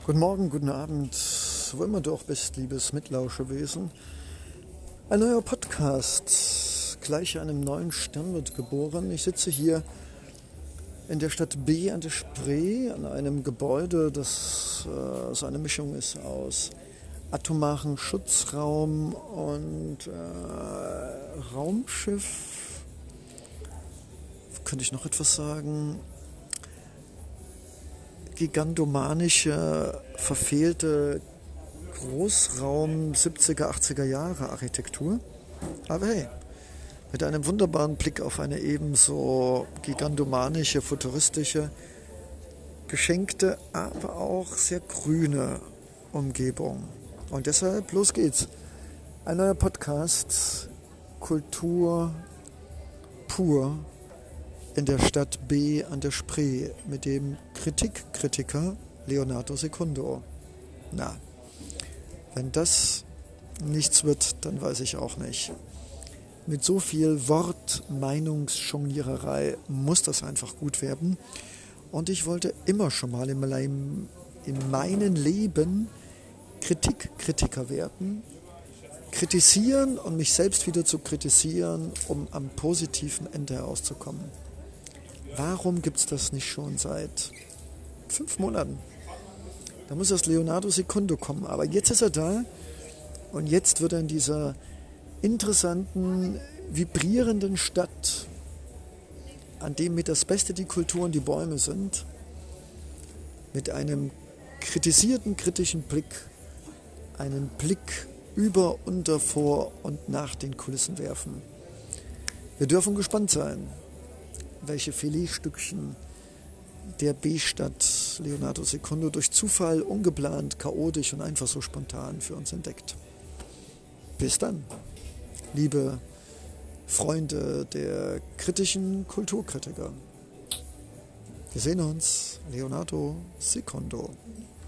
Guten Morgen, guten Abend, wo immer du auch bist, liebes Mitlauschewesen. Ein neuer Podcast, gleich einem neuen Stern wird geboren. Ich sitze hier in der Stadt B an der Spree, an einem Gebäude, das so eine Mischung ist aus atomaren Schutzraum und Raumschiff. Könnte ich noch etwas sagen? Gigantomanische, verfehlte Großraum 70er, 80er Jahre Architektur. Aber hey, mit einem wunderbaren Blick auf eine ebenso gigantomanische, futuristische, geschenkte, aber auch sehr grüne Umgebung. Und deshalb, los geht's. Ein neuer Podcast, Kultur pur in der Stadt B an der Spree mit dem Kritikkritiker Leonardo Secundo. Na, wenn das nichts wird, dann weiß ich auch nicht. Mit so viel Wort-Meinungsjongliererei muss das einfach gut werden. Und ich wollte immer schon mal in meinem Leben Kritikkritiker werden. Kritisieren und mich selbst wieder zu kritisieren, um am positiven Ende herauszukommen. Warum gibt es das nicht schon seit 5 Monaten? Da muss erst Leonardo Secundo kommen. Aber jetzt ist er da und jetzt wird er in dieser interessanten, vibrierenden Stadt, an dem mit das Beste die Kultur und die Bäume sind, mit einem kritisierten, kritischen Blick, einen Blick über, unter, vor und nach den Kulissen werfen. Wir dürfen gespannt sein, welche Filetstückchen der B-Stadt Leonardo Secundo durch Zufall, ungeplant, chaotisch und einfach so spontan für uns entdeckt. Bis dann, liebe Freunde der kritischen Kulturkritiker. Wir sehen uns, Leonardo Secundo.